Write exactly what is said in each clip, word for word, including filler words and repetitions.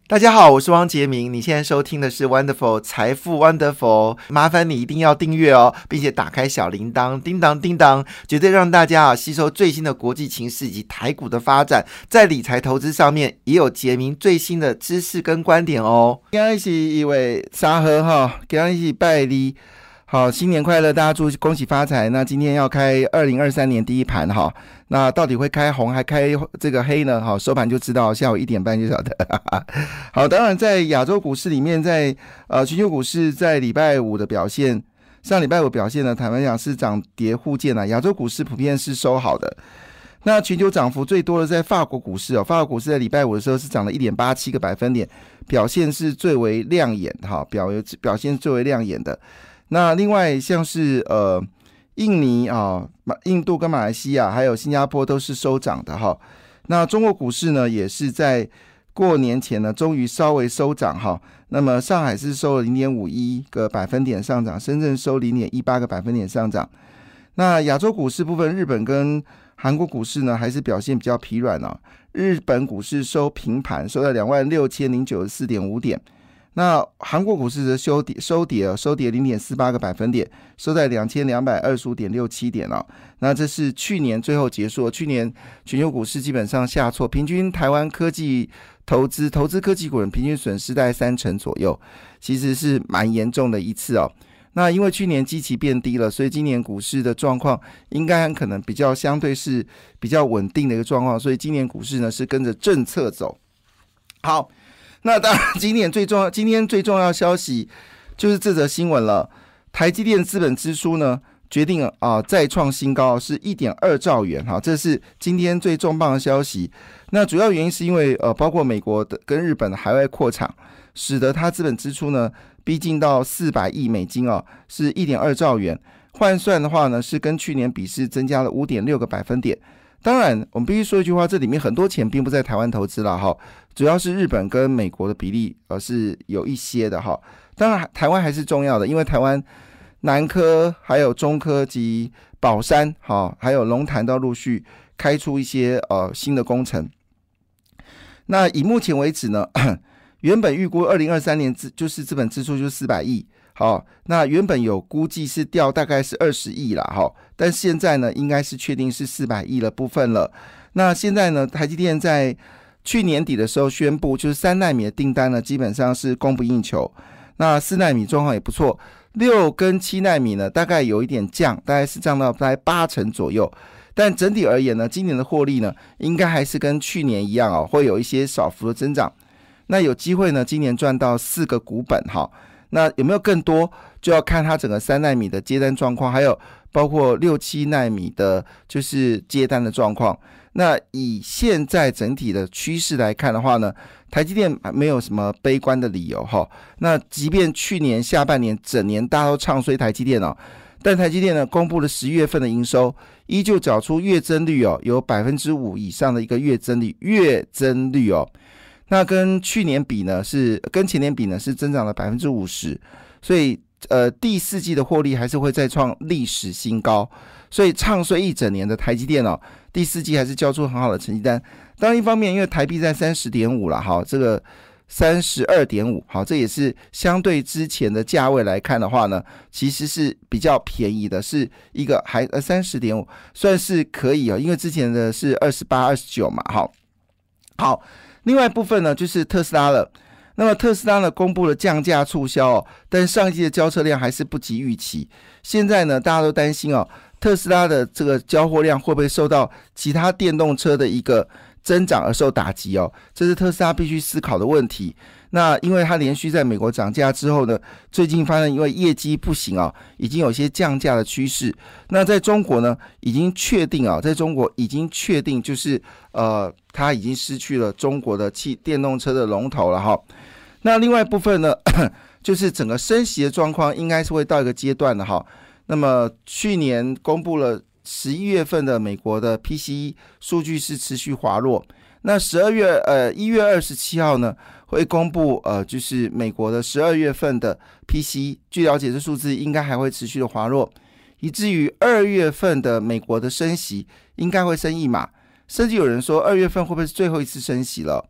大家好，我是汪杰明，你现在收听的是 Wonderful 财富 Wonderful， 麻烦你一定要订阅哦，并且打开小铃铛，叮当叮当，绝对让大家啊吸收最新的国际情势以及台股的发展，在理财投资上面也有杰明最新的知识跟观点哦。今天是一位沙河哈，今天是拜你。好，新年快乐，大家祝恭喜发财。那今天要开二零二三年第一盘哈，那到底会开红还开这个黑呢？好，收盘就知道，下午一点半就晓得。好，当然在亚洲股市里面，在呃全球股市在礼拜五的表现，上礼拜五表现呢，坦白讲是涨跌互见啊，亚洲股市普遍是收好的。那全球涨幅最多的在法国股市哦，法国股市在礼拜五的时候是涨了 一点八七个百分点，表现是最为亮眼哈，表表现最为亮眼的。那另外像是呃印尼啊、印度跟马来西亚还有新加坡都是收涨的哈。那中国股市呢也是在过年前呢终于稍微收涨哈。那么上海是收了 零点五一个百分点上涨，深圳收 零点一八个百分点上涨。那亚洲股市部分，日本跟韩国股市呢还是表现比较疲软哦。日本股市收平盘，收在 两万六千零九十四点五点。那韩国股市的收跌收跌收跌 零点四八个百分点，收在 两千两百二十五点六七点哦。那这是去年最后结束，去年全球股市基本上下挫，平均台湾科技投资投资科技股人平均损失在三成左右，其实是蛮严重的一次哦。那因为去年基期变低了，所以今年股市的状况应该很可能比较相对是比较稳定的一个状况，所以今年股市呢是跟着政策走。好。那当然，今年最重要，今天最重要的消息就是这则新闻了。台积电资本支出呢，决定啊、呃、再创新高，是 一点二兆元哈，这是今天最重磅的消息。那主要原因是因为呃，包括美国的跟日本的海外扩厂，使得它资本支出呢逼近到四百亿美金哦，是 一点二兆元。换算的话呢，是跟去年比是增加了 五点六个百分点。当然我们必须说一句话，这里面很多钱并不在台湾投资了哈，主要是日本跟美国的比例呃是有一些的哈。当然台湾还是重要的，因为台湾南科还有中科及宝山哈，还有龙潭都陆续开出一些呃新的工程。那以目前为止呢，原本预估二零二三年就是资本支出就是四百亿。好，那原本有估计是掉大概是二十亿啦，哈，但现在呢，应该是确定是四百亿的部分了。那现在呢，台积电在去年底的时候宣布，就是三奈米的订单呢，基本上是供不应求。那四奈米状况也不错，六跟七奈米呢，大概有一点降，大概是降到大概八成左右。但整体而言呢，今年的获利呢，应该还是跟去年一样哦，会有一些小幅的增长。那有机会呢，今年赚到四个股本哈。那有没有更多，就要看它整个三奈米的接单状况，还有包括六七奈米的就是接单的状况。那以现在整体的趋势来看的话呢，台积电没有什么悲观的理由哈。那即便去年下半年整年大家都唱衰台积电哦，但台积电呢公布了十一月份的营收，依旧找出月增率哦，有 百分之五 以上的一个月增率，月增率哦。那跟去年比呢，是跟前年比呢是增长了 百分之五十， 所以呃第四季的获利还是会再创历史新高，所以唱衰一整年的台积电哦，第四季还是交出很好的成绩单。当然一方面因为台币在 三十点五 了，好，这个 三十二点五， 好，这也是相对之前的价位来看的话呢，其实是比较便宜的，是一个还呃 三十点五 算是可以哦，因为之前的是二十八、二十九嘛，好，好。另外一部分呢，就是特斯拉了。那么特斯拉呢，公布了降价促销哦，但上一季的交车量还是不及预期。现在呢，大家都担心哦，特斯拉的这个交货量会不会受到其他电动车的一个增长而受打击哦？这是特斯拉必须思考的问题。那因为它连续在美国涨价之后呢，最近发现因为业绩不行啊，已经有些降价的趋势。那在中国呢，已经确定啊，在中国已经确定就是呃，它已经失去了中国的汽电动车的龙头了哈。那另外一部分呢，就是整个升息的状况应该是会到一个阶段了哈。那么去年公布了十一月份的美国的 P C E 数据是持续滑落。那十二月呃一月二十七号呢会公布呃就是美国的十二月份的 P C E， 据了解这数字应该还会持续的滑落，以至于二月份的美国的升息应该会升一码，甚至有人说二月份会不会是最后一次升息了？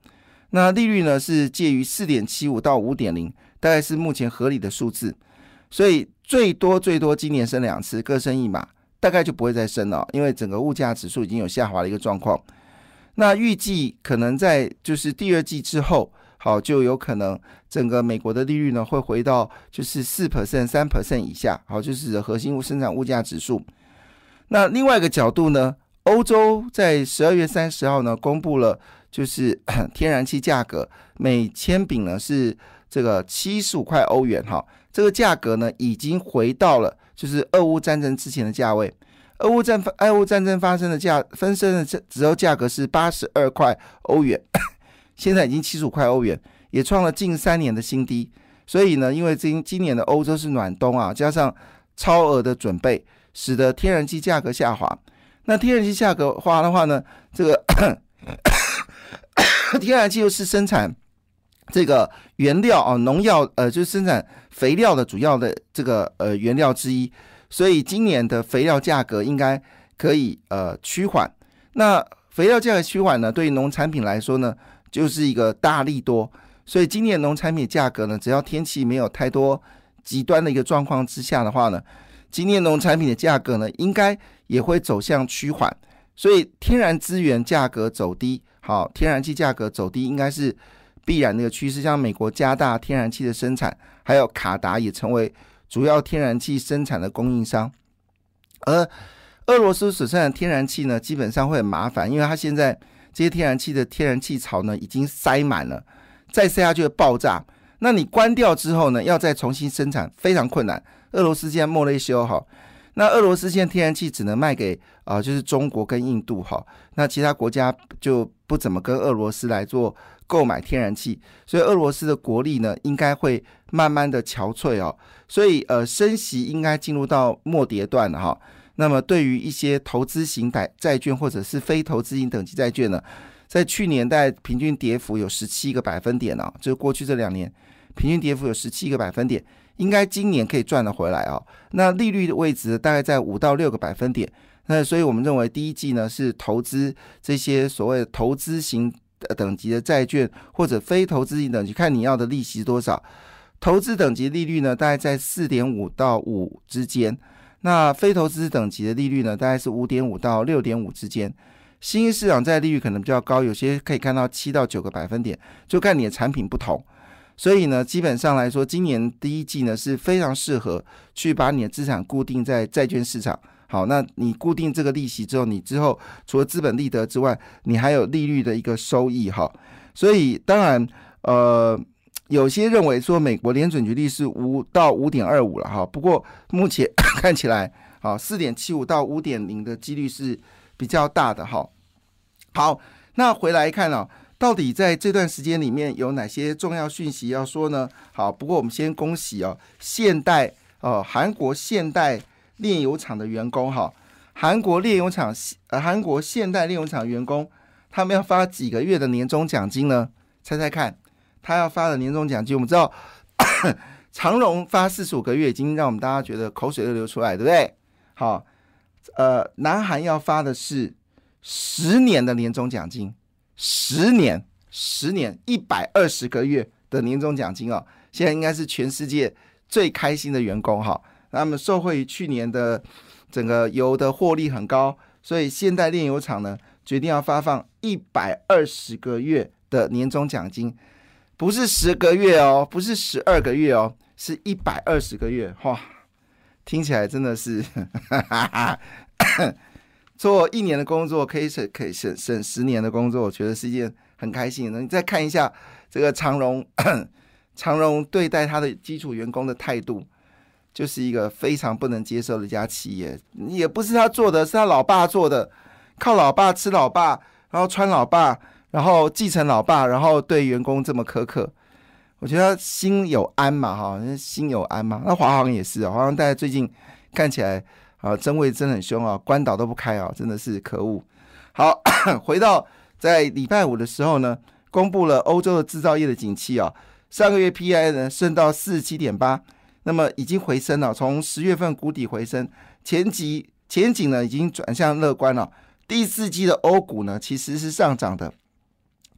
那利率呢是介于 四点七五 到 五点零， 大概是目前合理的数字，所以最多最多今年升两次，各升一码，大概就不会再升了，因为整个物价指数已经有下滑的一个状况。那预计可能在就是第二季之后，好，就有可能整个美国的利率呢会回到就是 百分之四 三 以下，好，就是核心生产物价指数。那另外一个角度呢，欧洲在十二月三十号呢公布了就是天然气价格，每千丙呢是这个七十五块欧元，哈，这个价格呢已经回到了就是俄乌战争之前的价位。俄乌战俄乌战争发生的价分生的时候价格是八十二块欧元，现在已经七十五块欧元，也创了近三年的新低。所以呢，因为今今年的欧洲是暖冬啊，加上超额的准备，使得天然气价格下滑。那天然气价格滑的话呢，这个天然气又是生产这个原料啊，农药呃，就是生产肥料的主要的这个呃原料之一。所以今年的肥料价格应该可以呃趋缓。那肥料价格趋缓呢，对于农产品来说呢，就是一个大利多。所以今年农产品价格呢，只要天气没有太多极端的一个状况之下的话呢，今年农产品的价格呢，应该也会走向趋缓。所以天然资源价格走低，好，天然气价格走低应该是必然的一个趋势。像美国加大天然气的生产，还有卡达也成为主要天然气生产的供应商，而俄罗斯所生产的天然气呢，基本上会很麻烦，因为它现在这些天然气的天然气槽呢已经塞满了，再塞下去会爆炸。那你关掉之后呢，要再重新生产非常困难。俄罗斯现在莫雷修好，那俄罗斯现在天然气只能卖给啊、呃，就是中国跟印度哈，那其他国家就不怎么跟俄罗斯来做购买天然气，所以俄罗斯的国力呢，应该会慢慢的憔悴哦。所以呃，升息应该进入到末跌段了哈。那么对于一些投资型债券或者是非投资型等级债券呢，在去年大概平均跌幅有十七个百分点啊，就是过去这两年平均跌幅有十七个百分点，应该今年可以赚得回来啊。那利率的位置大概在五到六个百分点。那所以我们认为第一季呢是投资这些所谓的投资型等级的债券或者非投资型等级，看你要的利息多少。投资等级利率呢大概在 四点五 到五之间，那非投资等级的利率呢大概是 五点五 到 六点五之间。新兴市场债利率可能比较高，有些可以看到七到九个百分点，就看你的产品不同。所以呢，基本上来说，今年第一季呢是非常适合去把你的资产固定在债券市场。好，那你固定这个利息之后，你之后除了资本利得之外，你还有利率的一个收益哈。所以当然，呃，有些认为说美国联准局利是五到五点二五了哈，不过目前看起来，好 四点七五 到 五点零 的几率是比较大的哈。好，那回来看啊，到底在这段时间里面有哪些重要讯息要说呢？好，不过我们先恭喜哦，现代哦，韩国现代炼油厂的员工哈，韩国炼油厂呃，韩国现代炼油厂员工，他们要发几个月的年终奖金呢？猜猜看，他要发的年终奖金，我们知道长荣发四十五个月，已经让我们大家觉得口水都流出来，对不对？好，呃，南韩要发的是十年的年终奖金，十年，十年，一百二十个月的年终奖金哦，现在应该是全世界最开心的员工哈。那么受惠于去年的整个油的获利很高，所以现代炼油厂呢决定要发放一百二十个月的年终奖金，不是十个月哦，不是十二个月哦，是一百二十个月，哇，听起来真的是做一年的工作可以省可以省省十年的工作，我觉得是一件很开心的。你再看一下这个长荣，长荣对待他的基础员工的态度，就是一个非常不能接受的一家企业，也不是他做的，是他老爸做的，靠老爸吃老爸，然后穿老爸，然后继承老爸，然后对员工这么苛刻，我觉得心有安嘛，哈，心有安嘛。那华航也是，华航大家最近看起来啊，争位真的很凶啊，关岛都不开啊，真的是可恶。好，回到在礼拜五的时候呢，公布了欧洲的制造业的景气啊，上个月 P I 呢升到 四十七点八。那么已经回升了，从十月份谷底回升，前期前景呢已经转向乐观了。第四季的欧股呢其实是上涨的，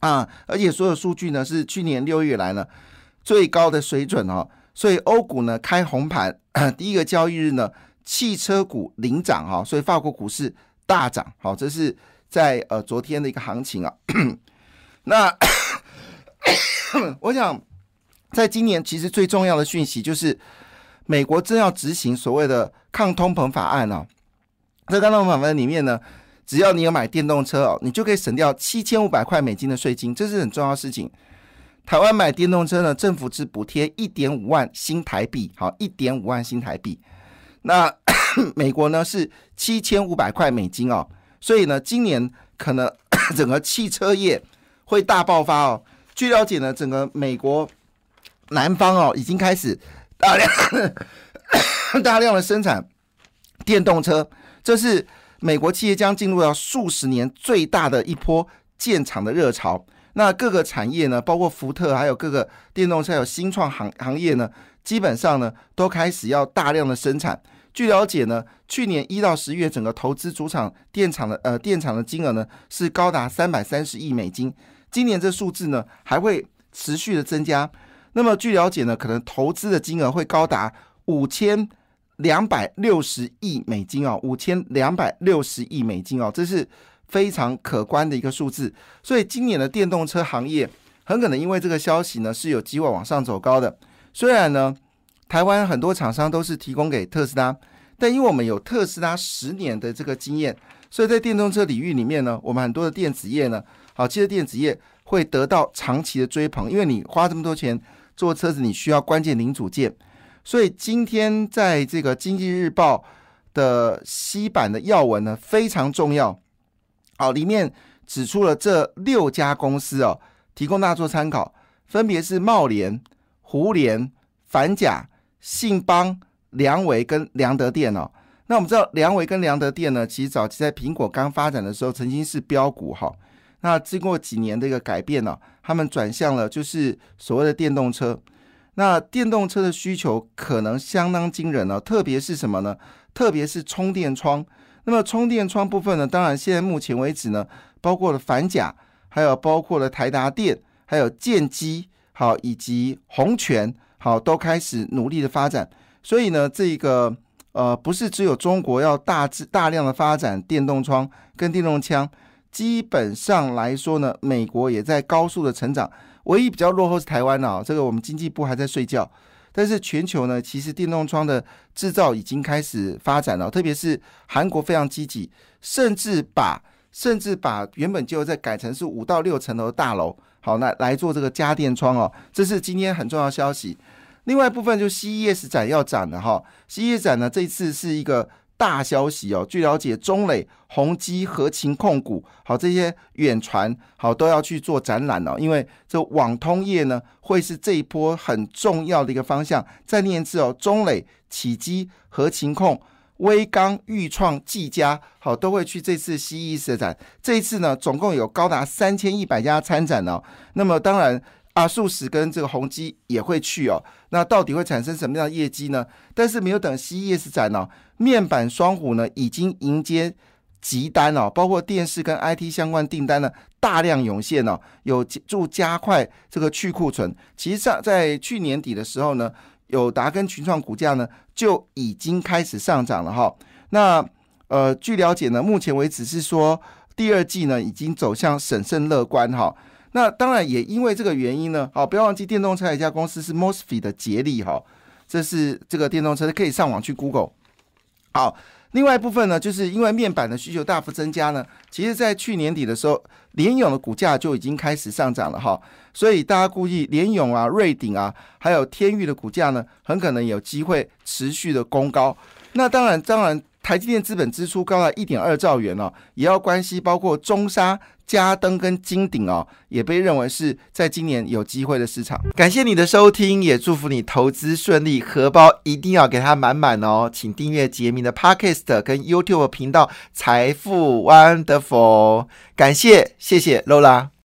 啊，而且所有数据呢是去年六月以来呢最高的水准哦，所以欧股呢开红盘，第一个交易日呢汽车股领涨哈，所以法国股市大涨，好，这是在呃昨天的一个行情啊。那我想在今年其实最重要的讯息就是美国正要执行所谓的抗通膨法案啊，这抗通膨法案里面呢，只要你有买电动车哦，你就可以省掉七千五百块美金的税金，这是很重要的事情。台湾买电动车呢，政府只补贴一点五万新台币，好，一点五万新台币。那美国呢是七千五百块美金哦，所以呢，今年可能整个汽车业会大爆发哦。据了解呢，整个美国南方哦已经开始大量大量的生产电动车，这是美国企业将进入到数十年最大的一波建厂的热潮。那各个产业呢，包括福特，还有各个电动车，还有新创行行业呢，基本上呢都开始要大量的生产。据了解呢，去年一到十月，整个投资主厂电厂的呃电厂的金额呢是高达三百三十亿美金。今年这数字呢还会持续的增加。那么据了解呢，可能投资的金额会高达五千两百六十亿美金哦，五千两百六十亿美金哦，这是非常可观的一个数字。所以今年的电动车行业很可能因为这个消息呢是有机会往上走高的。虽然呢台湾很多厂商都是提供给特斯拉，但因为我们有特斯拉十年的这个经验，所以在电动车领域里面呢，我们很多的电子业呢，好，汽车电子业会得到长期的追捧，因为你花这么多钱做车子，你需要关键零组件。所以今天在这个经济日报的西版的要闻呢非常重要，好，里面指出了这六家公司哦，提供大家做参考，分别是茂联、胡联、反甲、信邦、良维跟良德电哦。那我们知道良维跟良德电呢，其实早期在苹果刚发展的时候曾经是标股哈，那经过几年的一个改变呢，他们转向了就是所谓的电动车。那电动车的需求可能相当惊人哦，特别是什么呢？特别是充电桩。那么充电桩部分呢，当然现在目前为止呢，包括了反甲，还有包括了台达电，还有建机，好，以及宏全，好，都开始努力的发展。所以呢，这个呃，不是只有中国要大大量的发展电动窗跟电动枪，基本上来说呢，美国也在高速的成长。唯一比较落后是台湾啊，这个我们经济部还在睡觉。但是全球呢，其实电动窗的制造已经开始发展了，特别是韩国非常积极，甚至把甚至把原本就在改成是五到六层楼的大楼，好，那来做这个家电窗哦，这是今天很重要的消息。另外一部分就 C E S 展要展的哈 ，C E S 展呢这一次是一个大消息哦。据了解，中磊、宏基、合勤控股，好，这些远传好都要去做展览哦，因为这网通业呢会是这一波很重要的一个方向。再念一次哦，中磊、启基、合勤控、威刚、裕创、技嘉，好，都会去这次 C E S 的展。这一次呢，总共有高达三千一百家参展哦。那么当然，阿素史跟这个宏基也会去哦。那到底会产生什么样的业绩呢？但是没有等 C E S 展哦，面板双虎呢已经迎接急单哦，包括电视跟 I T 相关订单呢大量涌现哦，有助加快这个去库存。其实上在去年底的时候呢，友达跟群创股价呢就已经开始上涨了哈。那呃，据了解呢，目前为止是说第二季呢已经走向审慎乐观哈。那当然也因为这个原因呢，好，不要忘记电动车有一家公司是 M O S F E T 的捷力哈，这是这个电动车可以上网去 Google。好，另外一部分呢，就是因为面板的需求大幅增加呢，其实在去年底的时候，联咏的股价就已经开始上涨了哈，所以大家估计联咏啊、瑞鼎啊，还有天钰的股价呢，很可能有机会持续的攻高。那当然，当然。台积电资本支出高达 一点二兆元哦，也要关系包括中砂、嘉登跟金鼎哦，也被认为是在今年有机会的市场。 感谢你的收听，也祝福你投资顺利，荷包一定要给它满满哦。请订阅杰明的 Podcast 跟 YouTube 频道财富 Wonderful， 感谢，谢谢 Lola。